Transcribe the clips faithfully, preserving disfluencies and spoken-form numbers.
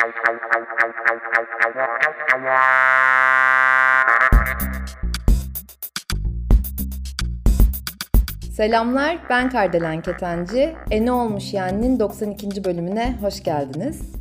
Selamlar, ben Kardelen Ketenci. E Ne Olmuş Yani'nin doksan ikinci bölümüne hoş geldiniz.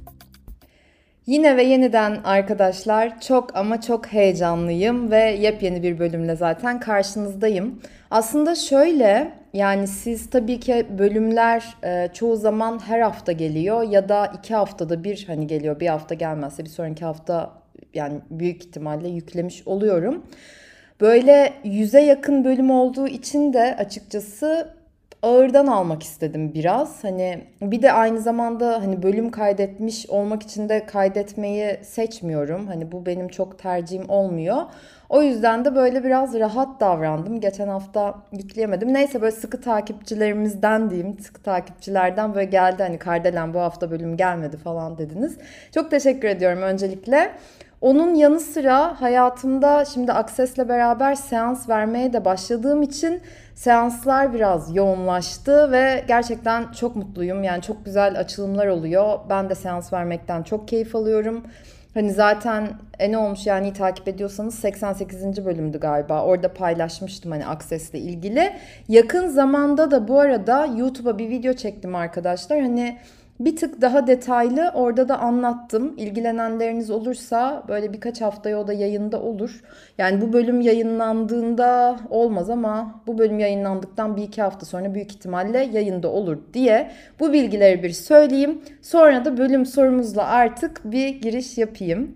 Yine ve yeniden arkadaşlar çok ama çok heyecanlıyım ve yepyeni bir bölümle zaten karşınızdayım. Aslında şöyle, yani siz tabii ki bölümler e, çoğu zaman her hafta geliyor ya da iki haftada bir hani geliyor. Bir hafta gelmezse bir sonraki hafta yani büyük ihtimalle yüklemiş oluyorum. Böyle yüze yakın bölüm olduğu için de açıkçası ağırdan almak istedim biraz. Hani bir de aynı zamanda hani bölüm kaydetmiş olmak için de kaydetmeyi seçmiyorum. Hani bu benim çok tercihim olmuyor. O yüzden de böyle biraz rahat davrandım. Geçen hafta yükleyemedim. Neyse böyle sıkı takipçilerimizden diyeyim. Sıkı takipçilerden böyle geldi hani Kardelen bu hafta bölüm gelmedi falan dediniz. Çok teşekkür ediyorum öncelikle. Onun yanı sıra hayatımda şimdi Access'le beraber seans vermeye de başladığım için seanslar biraz yoğunlaştı ve gerçekten çok mutluyum. Yani çok güzel açılımlar oluyor. Ben de seans vermekten çok keyif alıyorum. Hani zaten e ne olmuş yani takip ediyorsanız seksen sekizinci bölümdü galiba. Orada paylaşmıştım hani Access'le ilgili. Yakın zamanda da bu arada YouTube'a bir video çektim arkadaşlar. Hani bir tık daha detaylı orada da anlattım. İlgilenenleriniz olursa böyle birkaç haftaya o da yayında olur. Yani bu bölüm yayınlandığında olmaz ama bu bölüm yayınlandıktan bir iki hafta sonra büyük ihtimalle yayında olur diye bu bilgileri bir söyleyeyim. Sonra da bölüm sorumuzla artık bir giriş yapayım.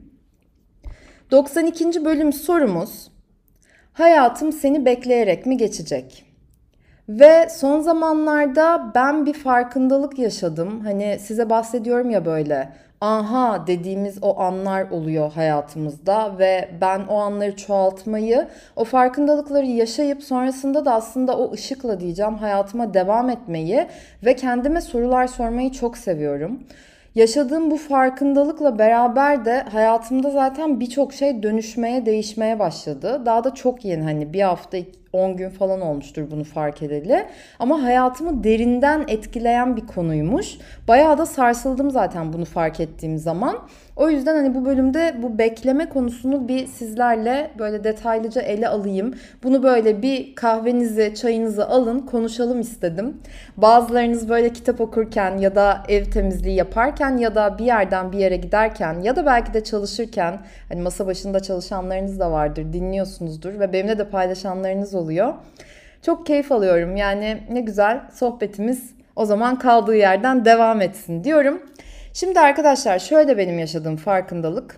doksan ikinci bölüm sorumuz: hayatım seni bekleyerek mi geçecek? Ve son zamanlarda ben bir farkındalık yaşadım. Hani size bahsediyorum ya böyle aha dediğimiz o anlar oluyor hayatımızda ve ben o anları çoğaltmayı, o farkındalıkları yaşayıp sonrasında da aslında o ışıkla diyeceğim hayatıma devam etmeyi ve kendime sorular sormayı çok seviyorum. Yaşadığım bu farkındalıkla beraber de hayatımda zaten birçok şey dönüşmeye, değişmeye başladı. Daha da çok yeni hani bir hafta, on gün falan olmuştur bunu fark edeli. Ama hayatımı derinden etkileyen bir konuymuş. Bayağı da sarsıldım zaten bunu fark ettiğim zaman. O yüzden hani bu bölümde bu bekleme konusunu bir sizlerle böyle detaylıca ele alayım. Bunu böyle bir kahvenizi, çayınızı alın, konuşalım istedim. Bazılarınız böyle kitap okurken ya da ev temizliği yaparken ya da bir yerden bir yere giderken ya da belki de çalışırken, hani masa başında çalışanlarınız da vardır, dinliyorsunuzdur ve benimle de paylaşanlarınız oluyor. Çok keyif alıyorum. Yani ne güzel sohbetimiz o zaman kaldığı yerden devam etsin diyorum. Şimdi arkadaşlar şöyle benim yaşadığım farkındalık.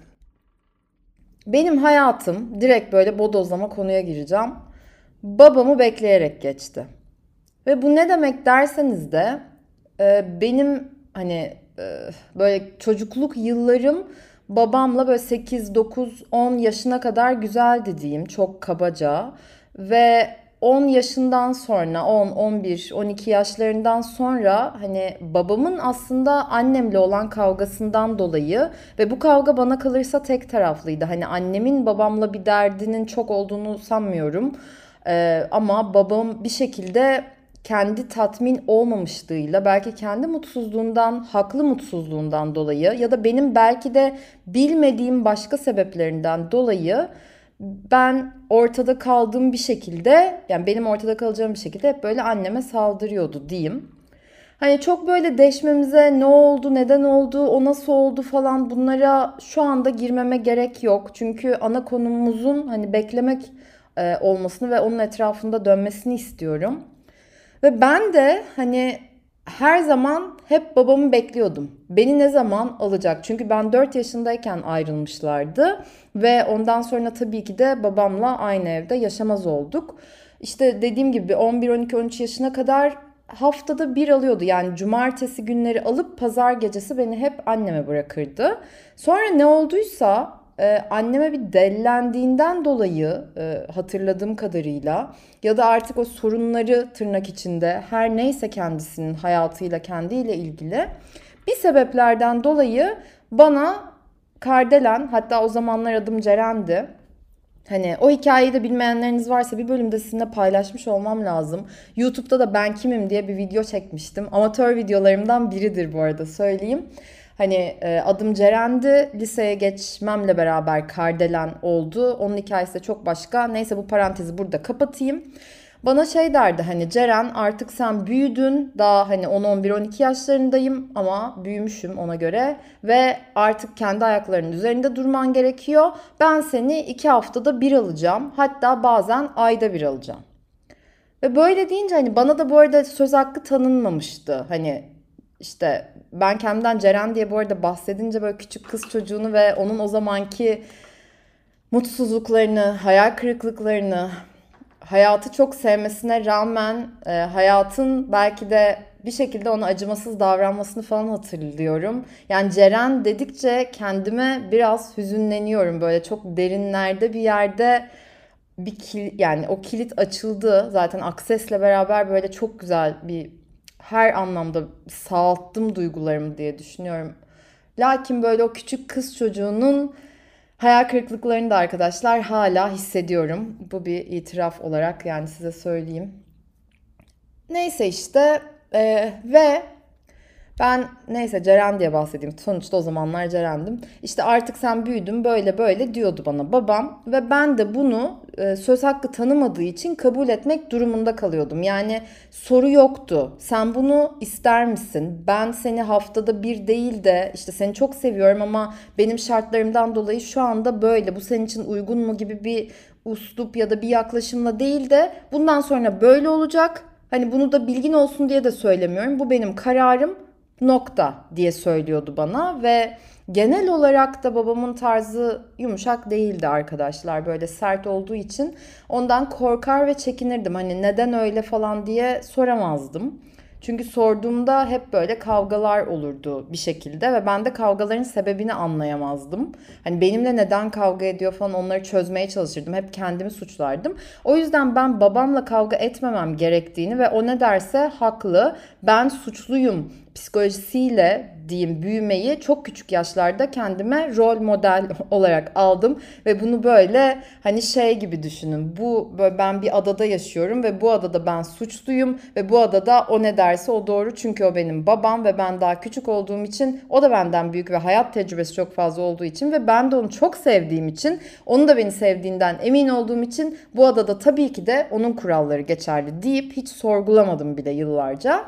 Benim hayatım direkt böyle bodozlama konuya gireceğim. Babamı bekleyerek geçti. Ve bu ne demek derseniz de benim hani böyle çocukluk yıllarım babamla böyle sekiz, dokuz, on yaşına kadar güzeldi diyeyim çok kabaca. Ve on yaşından sonra on, on bir, on iki yaşlarından sonra hani babamın aslında annemle olan kavgasından dolayı ve bu kavga bana kalırsa tek taraflıydı. Hani annemin babamla bir derdinin çok olduğunu sanmıyorum. Ee, ama babam bir şekilde kendi tatmin olmamışlığıyla belki kendi mutsuzluğundan, haklı mutsuzluğundan dolayı ya da benim belki de bilmediğim başka sebeplerinden dolayı ben ortada kaldığım bir şekilde, yani benim ortada kalacağım bir şekilde hep böyle anneme saldırıyordu diyeyim. Hani çok böyle deşmemize ne oldu, neden oldu, o nasıl oldu falan bunlara şu anda girmeme gerek yok. Çünkü ana konumuzun hani beklemek e, olmasını ve onun etrafında dönmesini istiyorum. Ve ben de hani her zaman hep babamı bekliyordum. Beni ne zaman alacak? Çünkü ben dört yaşındayken ayrılmışlardı. Ve ondan sonra tabii ki de babamla aynı evde yaşamaz olduk. İşte dediğim gibi on bir, on iki, on üç yaşına kadar haftada bir alıyordu. Yani cumartesi günleri alıp pazar gecesi beni hep anneme bırakırdı. Sonra ne olduysa e, anneme bir dellendiğinden dolayı e, hatırladığım kadarıyla ya da artık o sorunları tırnak içinde her neyse kendisinin hayatıyla kendiyle ilgili bir sebeplerden dolayı bana Kardelen, hatta o zamanlar adım Ceren'di. Hani o hikayeyi de bilmeyenleriniz varsa bir bölümde sizinle paylaşmış olmam lazım. YouTube'da da ben kimim diye bir video çekmiştim. Amatör videolarımdan biridir bu arada söyleyeyim. Hani e, adım Ceren'di. Liseye geçmemle beraber Kardelen oldu. Onun hikayesi de çok başka. Neyse bu parantezi burada kapatayım. Bana şey derdi hani Ceren artık sen büyüdün. Daha hani on on bir on iki yaşlarındayım ama büyümüşüm ona göre. Ve artık kendi ayaklarının üzerinde durman gerekiyor. Ben seni iki haftada bir alacağım. Hatta bazen ayda bir alacağım. Ve böyle deyince hani bana da bu arada söz hakkı tanınmamıştı. Hani işte ben kendimden Ceren diye bu arada bahsedince böyle küçük kız çocuğunu ve onun o zamanki mutsuzluklarını, hayal kırıklıklarını, hayatı çok sevmesine rağmen e, hayatın belki de bir şekilde ona acımasız davranmasını falan hatırlıyorum. Yani Ceren dedikçe kendime biraz hüzünleniyorum. Böyle çok derinlerde bir yerde bir kil, yani o kilit açıldı. Zaten Akses'le beraber böyle çok güzel bir her anlamda sağalttım duygularımı diye düşünüyorum. Lakin böyle o küçük kız çocuğunun hayal kırıklıklarını da arkadaşlar hala hissediyorum. Bu bir itiraf olarak yani size söyleyeyim. Neyse işte e, ve ben neyse Ceren diye bahsedeyim. Sonuçta o zamanlar Ceren'dim. İşte artık sen büyüdün böyle böyle diyordu bana babam. Ve ben de bunu e, söz hakkı tanımadığı için kabul etmek durumunda kalıyordum. Yani soru yoktu. Sen bunu ister misin? Ben seni haftada bir değil de işte seni çok seviyorum ama benim şartlarımdan dolayı şu anda böyle. Bu senin için uygun mu gibi bir uslup ya da bir yaklaşımla değil de bundan sonra böyle olacak. Hani bunu da bilgin olsun diye de söylemiyorum. Bu benim kararım nokta diye söylüyordu bana ve genel olarak da babamın tarzı yumuşak değildi arkadaşlar. Böyle sert olduğu için ondan korkar ve çekinirdim. Hani neden öyle falan diye soramazdım. Çünkü sorduğumda hep böyle kavgalar olurdu bir şekilde ve ben de kavgaların sebebini anlayamazdım. Hani benimle neden kavga ediyor falan onları çözmeye çalışırdım. Hep kendimi suçlardım. O yüzden ben babamla kavga etmemem gerektiğini ve o ne derse haklı, ben suçluyum psikolojisiyle diyeyim büyümeyi çok küçük yaşlarda kendime rol model olarak aldım ve bunu böyle hani şey gibi düşünün. Bu böyle ben bir adada yaşıyorum ve bu adada ben suçluyum ve bu adada o ne derse o doğru çünkü o benim babam ve ben daha küçük olduğum için o da benden büyük ve hayat tecrübesi çok fazla olduğu için ve ben de onu çok sevdiğim için onu da beni sevdiğinden emin olduğum için bu adada tabii ki de onun kuralları geçerli deyip hiç sorgulamadım bile yıllarca.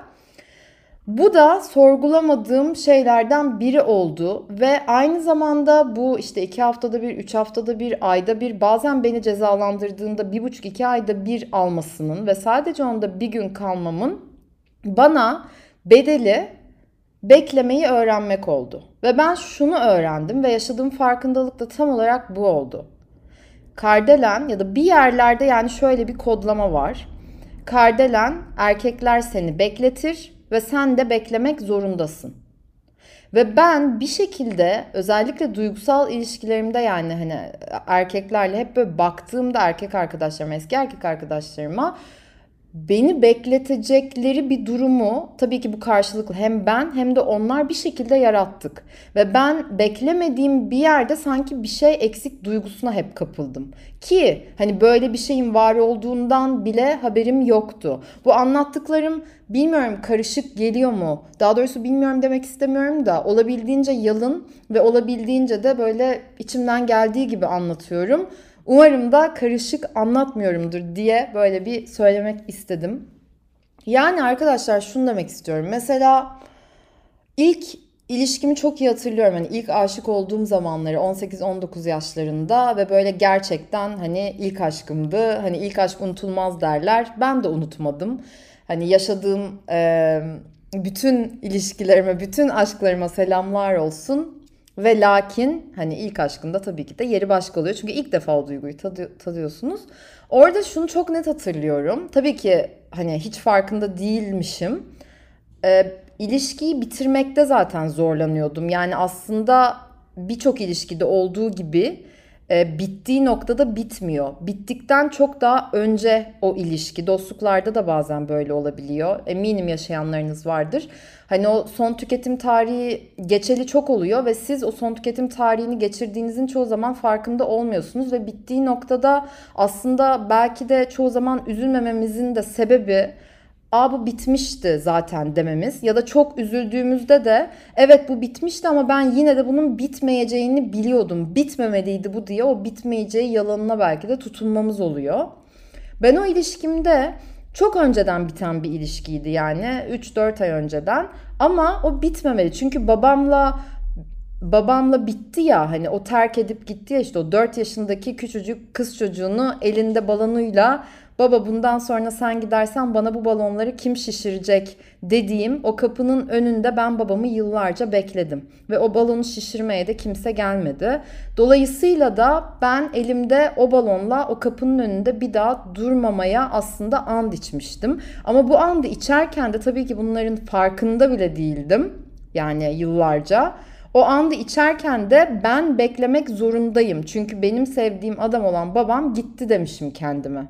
Bu da sorgulamadığım şeylerden biri oldu ve aynı zamanda bu işte iki haftada bir, üç haftada bir, ayda bir bazen beni cezalandırdığında bir buçuk iki ayda bir almasının ve sadece onda bir gün kalmamın bana bedeli beklemeyi öğrenmek oldu. Ve ben şunu öğrendim ve yaşadığım farkındalık da tam olarak bu oldu. Kardelen ya da bir yerlerde yani şöyle bir kodlama var. Kardelen erkekler seni bekletir ve sen de beklemek zorundasın. Ve ben bir şekilde özellikle duygusal ilişkilerimde yani hani erkeklerle hep böyle baktığımda erkek arkadaşlarıma, eski erkek arkadaşlarıma beni bekletecekleri bir durumu tabii ki bu karşılıklı hem ben hem de onlar bir şekilde yarattık. Ve ben beklemediğim bir yerde sanki bir şey eksik duygusuna hep kapıldım. Ki hani böyle bir şeyin var olduğundan bile haberim yoktu. Bu anlattıklarım bilmiyorum karışık geliyor mu? Daha doğrusu bilmiyorum demek istemiyorum da olabildiğince yalın ve olabildiğince de böyle içimden geldiği gibi anlatıyorum. Umarım da karışık anlatmıyorumdur diye böyle bir söylemek istedim. Yani arkadaşlar şunu demek istiyorum. Mesela ilk ilişkimi çok iyi hatırlıyorum. Hani ilk aşık olduğum zamanları on sekiz on dokuz yaşlarında ve böyle gerçekten hani ilk aşkımdı. Hani ilk aşk unutulmaz derler. Ben de unutmadım. Hani yaşadığım e, bütün ilişkilerime, bütün aşklarıma selamlar olsun. Ve lakin hani ilk aşkında tabii ki de yeri başka oluyor. Çünkü ilk defa o duyguyu tadı, tadıyorsunuz. Orada şunu çok net hatırlıyorum. Tabii ki hani hiç farkında değilmişim. Ee, ilişkiyi bitirmekte zaten zorlanıyordum. Yani aslında birçok ilişkide olduğu gibi e, bittiği noktada bitmiyor. Bittikten çok daha önce o ilişki. Dostluklarda da bazen böyle olabiliyor. Eminim yaşayanlarınız vardır. Hani o son tüketim tarihi geçeli çok oluyor ve siz o son tüketim tarihini geçirdiğinizin çoğu zaman farkında olmuyorsunuz ve bittiği noktada aslında belki de çoğu zaman üzülmememizin de sebebi aa bu bitmişti zaten dememiz ya da çok üzüldüğümüzde de evet bu bitmişti ama ben yine de bunun bitmeyeceğini biliyordum. Bitmemeliydi bu diye o bitmeyeceği yalanına belki de tutunmamız oluyor. Ben o ilişkimde çok önceden biten bir ilişkiydi yani üç dört ay önceden ama o bitmemeli. Çünkü babamla babamla bitti ya hani o terk edip gitti ya işte o dört yaşındaki küçücük kız çocuğunu elinde balonuyla baba bundan sonra sen gidersen bana bu balonları kim şişirecek dediğim o kapının önünde ben babamı yıllarca bekledim. Ve o balonu şişirmeye de kimse gelmedi. Dolayısıyla da ben elimde o balonla o kapının önünde bir daha durmamaya aslında and içmiştim. Ama bu andı içerken de tabii ki bunların farkında bile değildim. Yani yıllarca. O andı içerken de ben beklemek zorundayım. Çünkü benim sevdiğim adam olan babam gitti demişim kendime.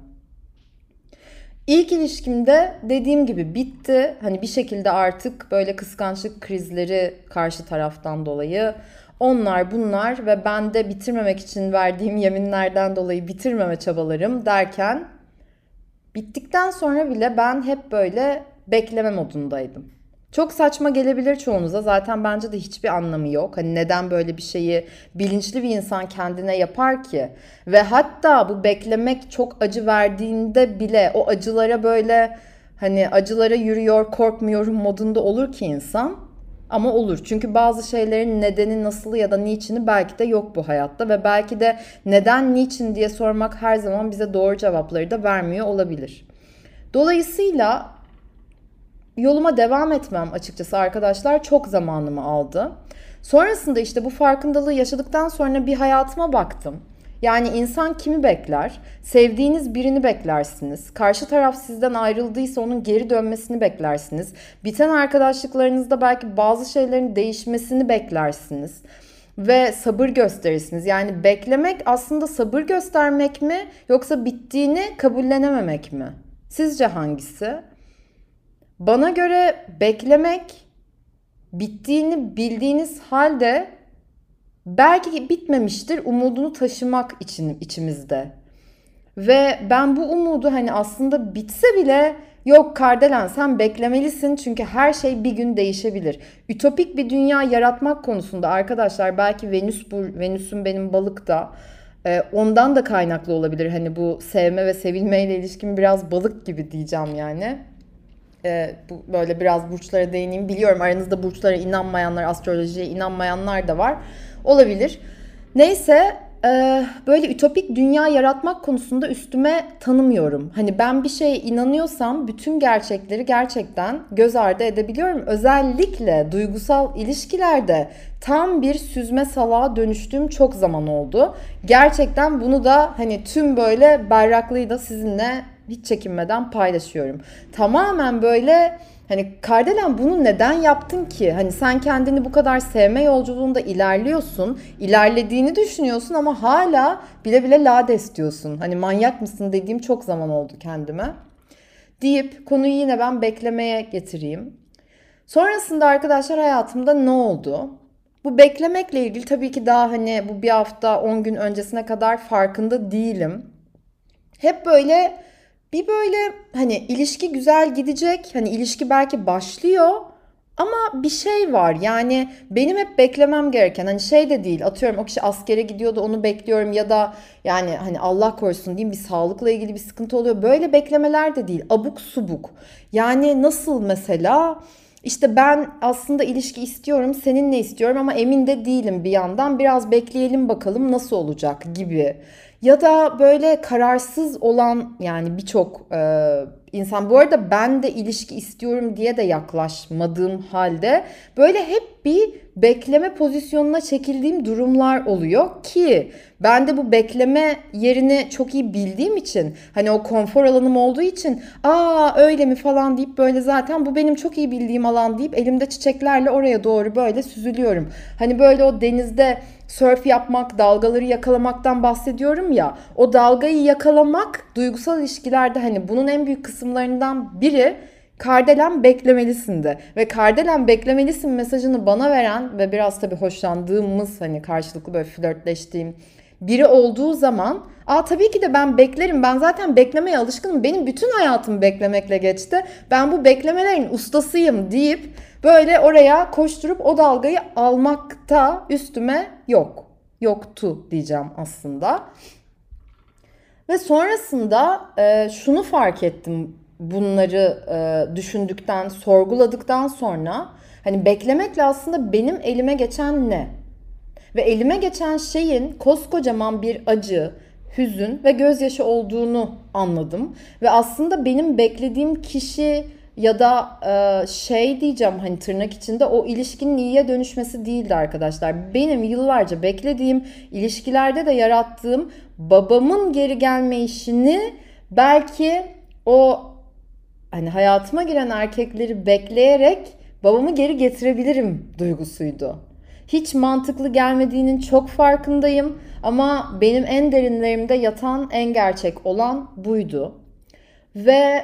İlk ilişkimde dediğim gibi bitti. Hani bir şekilde artık böyle kıskançlık krizleri karşı taraftan dolayı onlar bunlar ve ben de bitirmemek için verdiğim yeminlerden dolayı bitirmeme çabalarım derken bittikten sonra bile ben hep böyle bekleme modundaydım. Çok saçma gelebilir çoğunuza. Zaten bence de hiçbir anlamı yok. Hani neden böyle bir şeyi bilinçli bir insan kendine yapar ki? Ve hatta bu beklemek çok acı verdiğinde bile o acılara böyle hani acılara yürüyor, korkmuyorum modunda olur ki insan. Ama olur. Çünkü bazı şeylerin nedeni, nasılı ya da niçini belki de yok bu hayatta ve belki de neden, niçin diye sormak her zaman bize doğru cevapları da vermiyor olabilir. Dolayısıyla yoluma devam etmem açıkçası arkadaşlar çok zamanımı aldı. Sonrasında işte bu farkındalığı yaşadıktan sonra bir hayatıma baktım. Yani insan kimi bekler? Sevdiğiniz birini beklersiniz. Karşı taraf sizden ayrıldıysa onun geri dönmesini beklersiniz. Biten arkadaşlıklarınızda belki bazı şeylerin değişmesini beklersiniz. Ve sabır gösterirsiniz. Yani beklemek aslında sabır göstermek mi yoksa bittiğini kabullenememek mi? Sizce hangisi? Bana göre beklemek bittiğini bildiğiniz halde belki bitmemiştir umudunu taşımak için içimizde. Ve ben bu umudu hani aslında bitse bile yok Kardelen sen beklemelisin çünkü her şey bir gün değişebilir. Ütopik bir dünya yaratmak konusunda arkadaşlar belki Venüs bu Venüs'ün benim balıkta e, ondan da kaynaklı olabilir. Hani bu sevme ve sevilmeyle ilişkin biraz balık gibi diyeceğim yani. Ee, bu böyle biraz burçlara değineyim. Biliyorum aranızda burçlara inanmayanlar, astrolojiye inanmayanlar da var. Olabilir. Neyse e, böyle ütopik dünya yaratmak konusunda üstüme tanımıyorum. Hani ben bir şeye inanıyorsam bütün gerçekleri gerçekten göz ardı edebiliyorum. Özellikle duygusal ilişkilerde tam bir süzme salağa dönüştüğüm çok zaman oldu. Gerçekten bunu da hani tüm böyle berraklığıyla sizinle hiç çekinmeden paylaşıyorum. Tamamen böyle hani Kardelen bunu neden yaptın ki? Hani sen kendini bu kadar sevme yolculuğunda ilerliyorsun. İlerlediğini düşünüyorsun ama hala bile bile lades diyorsun. Hani manyak mısın dediğim çok zaman oldu kendime. Deyip konuyu yine ben beklemeye getireyim. Sonrasında arkadaşlar hayatımda ne oldu? Bu beklemekle ilgili tabii ki daha hani bu bir hafta on gün öncesine kadar farkında değilim. Hep böyle bir böyle hani ilişki güzel gidecek. Hani ilişki belki başlıyor ama bir şey var. Yani benim hep beklemem gereken hani şey de değil. Atıyorum o kişi askere gidiyordu onu bekliyorum ya da yani hani Allah korusun diyeyim bir sağlıkla ilgili bir sıkıntı oluyor. Böyle beklemeler de değil. Abuk subuk. Yani nasıl mesela işte ben aslında ilişki istiyorum, seninle istiyorum ama emin de değilim bir yandan. Biraz bekleyelim bakalım nasıl olacak gibi. Ya da böyle kararsız olan yani birçok e, insan bu arada ben de ilişki istiyorum diye de yaklaşmadığım halde böyle hep bir bekleme pozisyonuna çekildiğim durumlar oluyor ki ben de bu bekleme yerini çok iyi bildiğim için hani o konfor alanım olduğu için aa öyle mi falan deyip böyle zaten bu benim çok iyi bildiğim alan deyip elimde çiçeklerle oraya doğru böyle süzülüyorum. Hani böyle o denizde sörf yapmak, dalgaları yakalamaktan bahsediyorum ya. O dalgayı yakalamak duygusal ilişkilerde hani bunun en büyük kısımlarından biri Kardelen beklemelisin de. Ve Kardelen beklemelisin mesajını bana veren ve biraz tabii hoşlandığımız hani karşılıklı böyle flörtleştiğim biri olduğu zaman, aa tabii ki de ben beklerim, ben zaten beklemeye alışkınım, benim bütün hayatım beklemekle geçti, ben bu beklemelerin ustasıyım deyip böyle oraya koşturup o dalgayı almakta üstüme yok. Yoktu diyeceğim aslında. Ve sonrasında e, şunu fark ettim, bunları e, düşündükten, sorguladıktan sonra. Hani beklemekle aslında benim elime geçen ne? Ve elime geçen şeyin koskocaman bir acı, hüzün ve gözyaşı olduğunu anladım. Ve aslında benim beklediğim kişi ya da e, şey diyeceğim, hani tırnak içinde, o ilişkinin iyiye dönüşmesi değildi arkadaşlar. Benim yıllarca beklediğim, ilişkilerde de yarattığım babamın geri gelme işini, belki o hani hayatıma giren erkekleri bekleyerek babamı geri getirebilirim duygusuydu. Hiç mantıklı gelmediğinin çok farkındayım ama benim en derinlerimde yatan, en gerçek olan buydu. Ve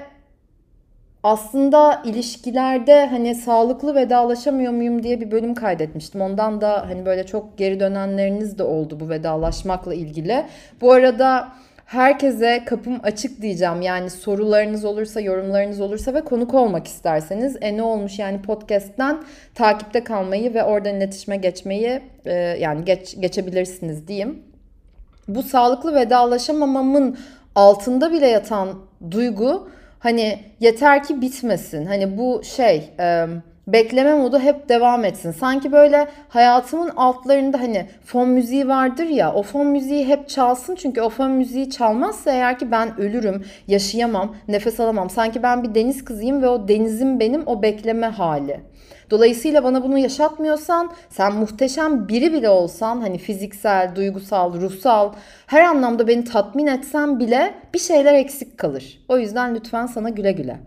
aslında ilişkilerde hani sağlıklı vedalaşamıyor muyum diye bir bölüm kaydetmiştim. Ondan da hani böyle çok geri dönenleriniz de oldu bu vedalaşmakla ilgili. Bu arada herkese kapım açık diyeceğim. Yani sorularınız olursa, yorumlarınız olursa ve konuk olmak isterseniz E Ne Olmuş yani podcast'ten takipte kalmayı ve oradan iletişime geçmeyi e, yani geç, geçebilirsiniz diyeyim. Bu sağlıklı vedalaşamamamın altında bile yatan duygu, hani yeter ki bitmesin. Hani bu şey e, bekleme modu hep devam etsin. Sanki böyle hayatımın altlarında hani fon müziği vardır ya, o fon müziği hep çalsın. Çünkü o fon müziği çalmazsa eğer ki ben ölürüm, yaşayamam, nefes alamam. Sanki ben bir deniz kızıyım ve o denizim benim o bekleme hali. Dolayısıyla bana bunu yaşatmıyorsan, sen muhteşem biri bile olsan, hani fiziksel, duygusal, ruhsal, her anlamda beni tatmin etsen bile bir şeyler eksik kalır. O yüzden lütfen sana güle güle.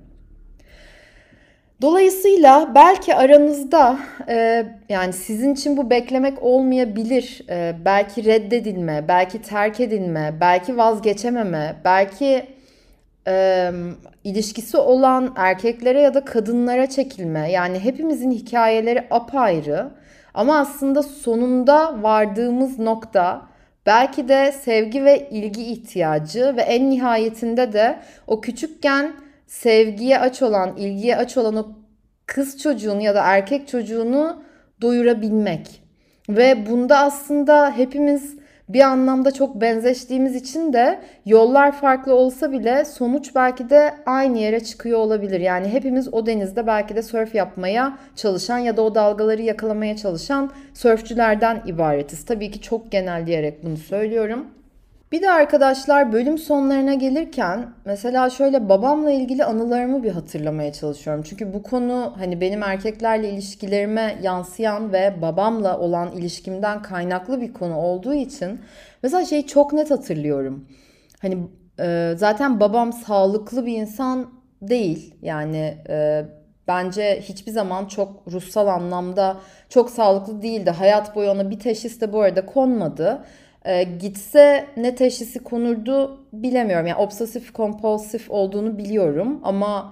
Dolayısıyla belki aranızda e, yani sizin için bu beklemek olmayabilir. E, belki reddedilme, belki terk edilme, belki vazgeçememe, belki e, ilişkisi olan erkeklere ya da kadınlara çekilme. Yani hepimizin hikayeleri apayrı. Ama aslında sonunda vardığımız nokta belki de sevgi ve ilgi ihtiyacı ve en nihayetinde de o küçükken sevgiye aç olan, ilgiye aç olan o kız çocuğunu ya da erkek çocuğunu doyurabilmek. Ve bunda aslında hepimiz bir anlamda çok benzeştiğimiz için de yollar farklı olsa bile sonuç belki de aynı yere çıkıyor olabilir. Yani hepimiz o denizde belki de sörf yapmaya çalışan ya da o dalgaları yakalamaya çalışan sörfçülerden ibaretiz. Tabii ki çok genelleyerek bunu söylüyorum. Bir de arkadaşlar, bölüm sonlarına gelirken mesela şöyle babamla ilgili anılarımı bir hatırlamaya çalışıyorum. Çünkü bu konu hani benim erkeklerle ilişkilerime yansıyan ve babamla olan ilişkimden kaynaklı bir konu olduğu için mesela şeyi çok net hatırlıyorum. Hani e, zaten babam sağlıklı bir insan değil. Yani e, bence hiçbir zaman çok ruhsal anlamda çok sağlıklı değildi. Hayat boyu ona bir teşhis de bu arada konmadı. Ee, gitse ne teşhisi konurdu bilemiyorum. Yani obsesif kompulsif olduğunu biliyorum ama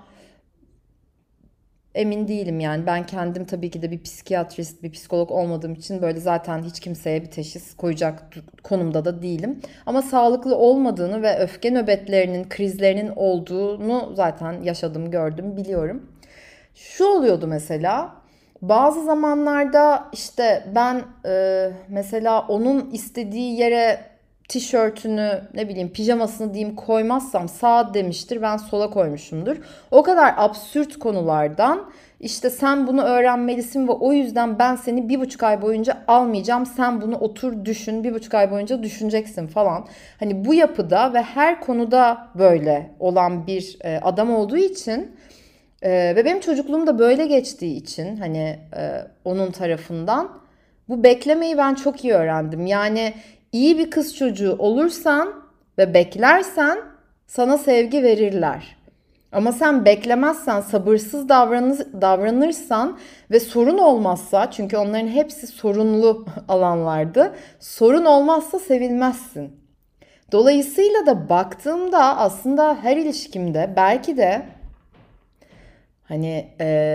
emin değilim yani. Ben kendim tabii ki de bir psikiyatrist, bir psikolog olmadığım için böyle zaten hiç kimseye bir teşhis koyacak konumda da değilim. Ama sağlıklı olmadığını ve öfke nöbetlerinin, krizlerinin olduğunu zaten yaşadım, gördüm, biliyorum. Şu oluyordu mesela. Bazı zamanlarda işte ben e, mesela onun istediği yere tişörtünü, ne bileyim pijamasını diyeyim koymazsam sağa demiştir, ben sola koymuşumdur. O kadar absürt konulardan işte sen bunu öğrenmelisin ve o yüzden ben seni bir buçuk ay boyunca almayacağım. Sen bunu otur düşün, bir buçuk ay boyunca düşüneceksin falan. Hani bu yapıda ve her konuda böyle olan bir e, adam olduğu için ee, ve benim çocukluğum da böyle geçtiği için hani e, onun tarafından bu beklemeyi ben çok iyi öğrendim. Yani iyi bir kız çocuğu olursan ve beklersen sana sevgi verirler. Ama sen beklemezsen, sabırsız davranır, davranırsan ve sorun olmazsa, çünkü onların hepsi sorunlu alanlardı, sorun olmazsa sevilmezsin. Dolayısıyla da baktığımda aslında her ilişkimde belki de hani e,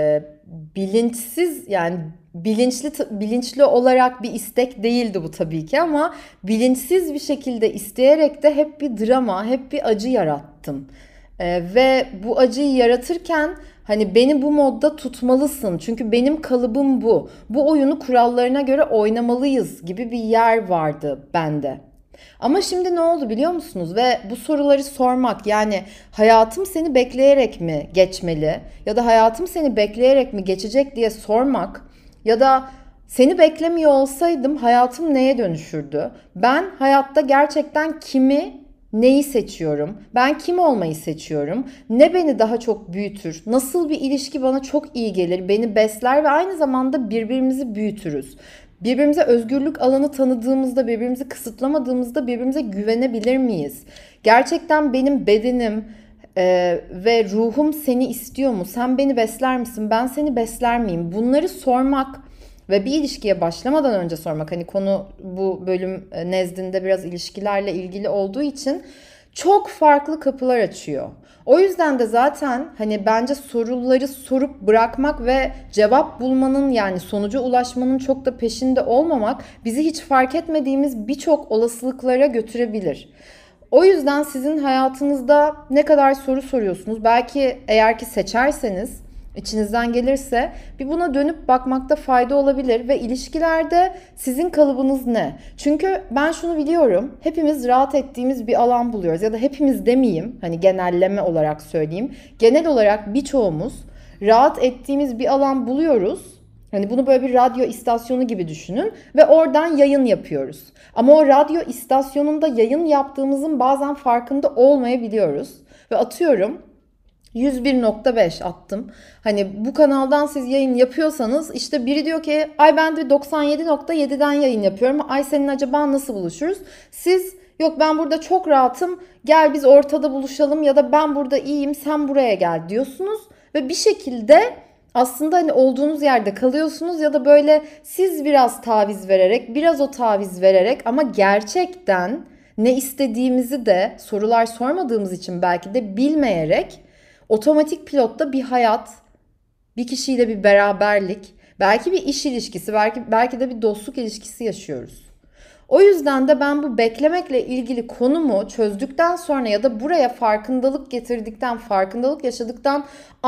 bilinçsiz yani bilinçli bilinçli olarak bir istek değildi bu tabii ki ama bilinçsiz bir şekilde isteyerek de hep bir drama, hep bir acı yarattım. Ee, ve bu acıyı yaratırken hani beni bu modda tutmalısın. Çünkü benim kalıbım bu. Bu oyunu kurallarına göre oynamalıyız gibi bir yer vardı bende. Ama şimdi ne oldu biliyor musunuz? Ve bu soruları sormak yani hayatım seni bekleyerek mi geçmeli ya da hayatım seni bekleyerek mi geçecek diye sormak ya da seni beklemiyor olsaydım hayatım neye dönüşürdü? Ben hayatta gerçekten kimi, neyi seçiyorum? Ben kim olmayı seçiyorum? Ne beni daha çok büyütür? Nasıl bir ilişki bana çok iyi gelir, beni besler ve aynı zamanda birbirimizi büyütürüz? Birbirimize özgürlük alanı tanıdığımızda, birbirimizi kısıtlamadığımızda birbirimize güvenebilir miyiz? Gerçekten benim bedenim e, ve ruhum seni istiyor mu? Sen beni besler misin? Ben seni besler miyim? Bunları sormak ve bir ilişkiye başlamadan önce sormak. Hani konu bu bölüm nezdinde biraz ilişkilerle ilgili olduğu için çok farklı kapılar açıyor. O yüzden de zaten hani bence soruları sorup bırakmak ve cevap bulmanın yani sonuca ulaşmanın çok da peşinde olmamak bizi hiç fark etmediğimiz birçok olasılıklara götürebilir. O yüzden sizin hayatınızda ne kadar soru soruyorsunuz? Belki eğer ki seçerseniz içinizden gelirse bir buna dönüp bakmakta fayda olabilir ve ilişkilerde sizin kalıbınız ne? Çünkü ben şunu biliyorum. Hepimiz rahat ettiğimiz bir alan buluyoruz ya da hepimiz demeyeyim. Hani genelleme olarak söyleyeyim. Genel olarak birçoğumuz rahat ettiğimiz bir alan buluyoruz. Hani bunu böyle bir radyo istasyonu gibi düşünün ve oradan yayın yapıyoruz. Ama o radyo istasyonunda yayın yaptığımızın bazen farkında olmayabiliyoruz. Ve atıyorum yüz bir nokta beş attım. Hani bu kanaldan siz yayın yapıyorsanız işte biri diyor ki ay ben de doksan yedi nokta yediden yayın yapıyorum. Ay senin acaba nasıl buluşuruz? Siz yok ben burada çok rahatım gel biz ortada buluşalım ya da ben burada iyiyim sen buraya gel diyorsunuz. Ve bir şekilde aslında hani olduğunuz yerde kalıyorsunuz ya da böyle siz biraz taviz vererek biraz o taviz vererek ama gerçekten ne istediğimizi de sorular sormadığımız için belki de bilmeyerek otomatik pilotta bir hayat, bir kişiyle bir beraberlik, belki bir iş ilişkisi, belki belki de bir dostluk ilişkisi yaşıyoruz. O yüzden de ben bu beklemekle ilgili konumu çözdükten sonra ya da buraya farkındalık getirdikten, farkındalık yaşadıktan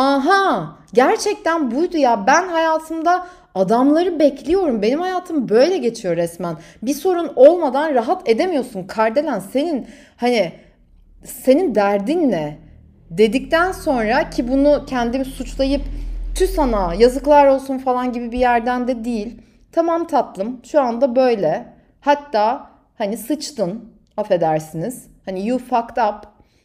aha gerçekten buydu ya ben hayatımda adamları bekliyorum. Benim hayatım böyle geçiyor resmen. Bir sorun olmadan rahat edemiyorsun. Kardelen senin hani senin derdin ne? Dedikten sonra ki bunu kendimi suçlayıp tüh sana yazıklar olsun falan gibi bir yerden de değil. Tamam tatlım şu anda böyle. Hatta hani sıçtın affedersiniz. Hani you fucked up.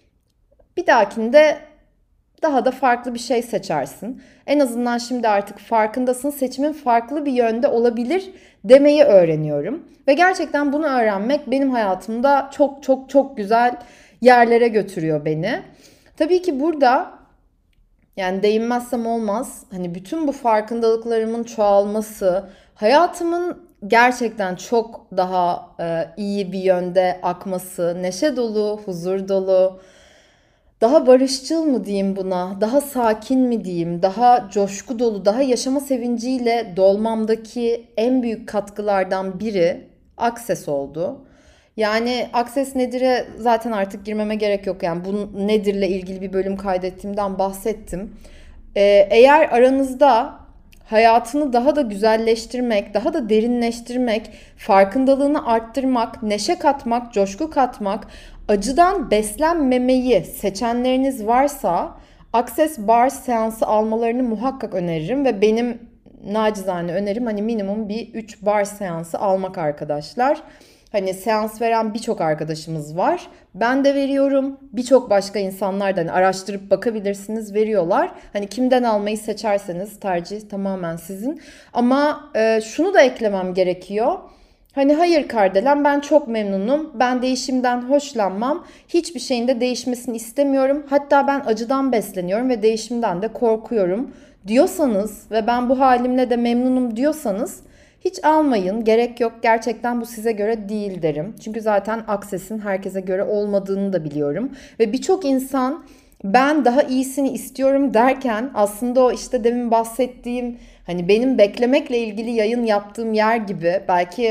Bir dahakinde daha da farklı bir şey seçersin. En azından şimdi artık farkındasın. Seçimin farklı bir yönde olabilir demeyi öğreniyorum. Ve gerçekten bunu öğrenmek benim hayatımda çok çok çok güzel yerlere götürüyor beni. Tabii ki burada yani değinmezsem olmaz. Hani bütün bu farkındalıklarımın çoğalması, hayatımın gerçekten çok daha e, iyi bir yönde akması, neşe dolu, huzur dolu, daha barışçıl mı diyeyim buna, daha sakin mi diyeyim, daha coşku dolu, daha yaşama sevinciyle dolmamdaki en büyük katkılardan biri Access oldu. Yani Access Nedir'e zaten artık girmeme gerek yok. Yani bu Nedir'le ilgili bir bölüm kaydettiğimden bahsettim. Ee, eğer aranızda hayatını daha da güzelleştirmek, daha da derinleştirmek, farkındalığını arttırmak, neşe katmak, coşku katmak, acıdan beslenmemeyi seçenleriniz varsa Access Bar seansı almalarını muhakkak öneririm ve benim nacizane önerim hani minimum bir üç bar seansı almak arkadaşlar. Hani seans veren birçok arkadaşımız var. Ben de veriyorum. Birçok başka insanlar da hani araştırıp bakabilirsiniz veriyorlar. Hani kimden almayı seçerseniz tercih tamamen sizin. Ama e, şunu da eklemem gerekiyor. Hani hayır Kardelen ben çok memnunum. Ben değişimden hoşlanmam. Hiçbir şeyin de değişmesini istemiyorum. Hatta ben acıdan besleniyorum ve değişimden de korkuyorum diyorsanız ve ben bu halimle de memnunum diyorsanız hiç almayın. Gerek yok. Gerçekten bu size göre değil derim. Çünkü zaten Access'in herkese göre olmadığını da biliyorum. Ve birçok insan ben daha iyisini istiyorum derken aslında o işte demin bahsettiğim hani benim beklemekle ilgili yayın yaptığım yer gibi belki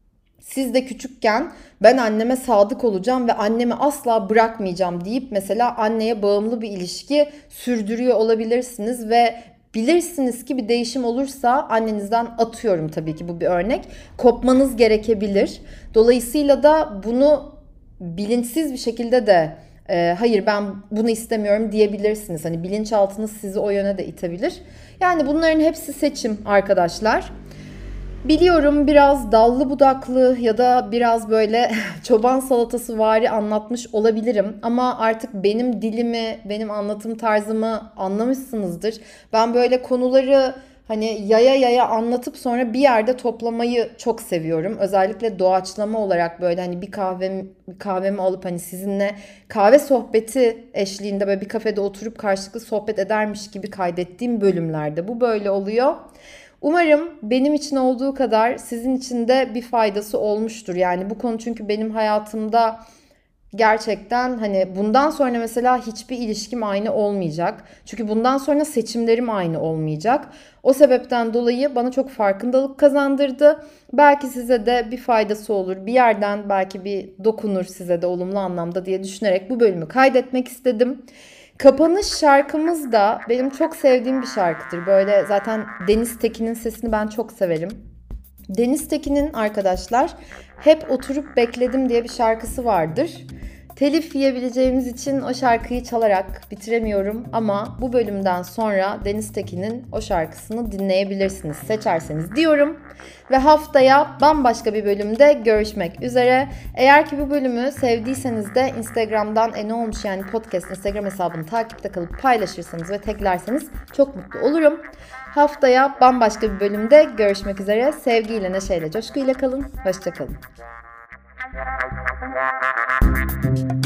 siz de küçükken ben anneme sadık olacağım ve annemi asla bırakmayacağım deyip mesela anneye bağımlı bir ilişki sürdürüyor olabilirsiniz ve bilirsiniz ki bir değişim olursa annenizden, atıyorum tabii ki bu bir örnek, kopmanız gerekebilir. Dolayısıyla da bunu bilinçsiz bir şekilde de e, hayır ben bunu istemiyorum diyebilirsiniz. Hani bilinçaltınız sizi o yöne de itebilir. Yani bunların hepsi seçim arkadaşlar. Biliyorum biraz dallı budaklı ya da biraz böyle çoban salatası vari anlatmış olabilirim. Ama artık benim dilimi, benim anlatım tarzımı anlamışsınızdır. Ben böyle konuları hani yaya yaya anlatıp sonra bir yerde toplamayı çok seviyorum. Özellikle doğaçlama olarak böyle hani bir kahve bir kahvemi alıp hani sizinle kahve sohbeti eşliğinde böyle bir kafede oturup karşılıklı sohbet edermiş gibi kaydettiğim bölümlerde bu böyle oluyor. Umarım benim için olduğu kadar sizin için de bir faydası olmuştur. Yani bu konu çünkü benim hayatımda gerçekten hani bundan sonra mesela hiçbir ilişkim aynı olmayacak. Çünkü bundan sonra seçimlerim aynı olmayacak. O sebepten dolayı bana çok farkındalık kazandırdı. Belki size de bir faydası olur. Bir yerden belki bir dokunur size de olumlu anlamda diye düşünerek bu bölümü kaydetmek istedim. Kapanış şarkımız da benim çok sevdiğim bir şarkıdır. Böyle zaten Deniz Tekin'in sesini ben çok severim. Deniz Tekin'in arkadaşlar Hep Oturup Bekledim diye bir şarkısı vardır. Telif yiyebileceğimiz için o şarkıyı çalarak bitiremiyorum ama bu bölümden sonra Deniz Tekin'in o şarkısını dinleyebilirsiniz seçerseniz diyorum. Ve haftaya bambaşka bir bölümde görüşmek üzere. Eğer ki bu bölümü sevdiyseniz de Instagram'dan e ne olmuş yani podcast Instagram hesabını takipte kalıp paylaşırsanız ve teklerseniz çok mutlu olurum. Haftaya bambaşka bir bölümde görüşmek üzere. Sevgiyle, neşeyle, coşkuyla kalın. Hoşça kalın.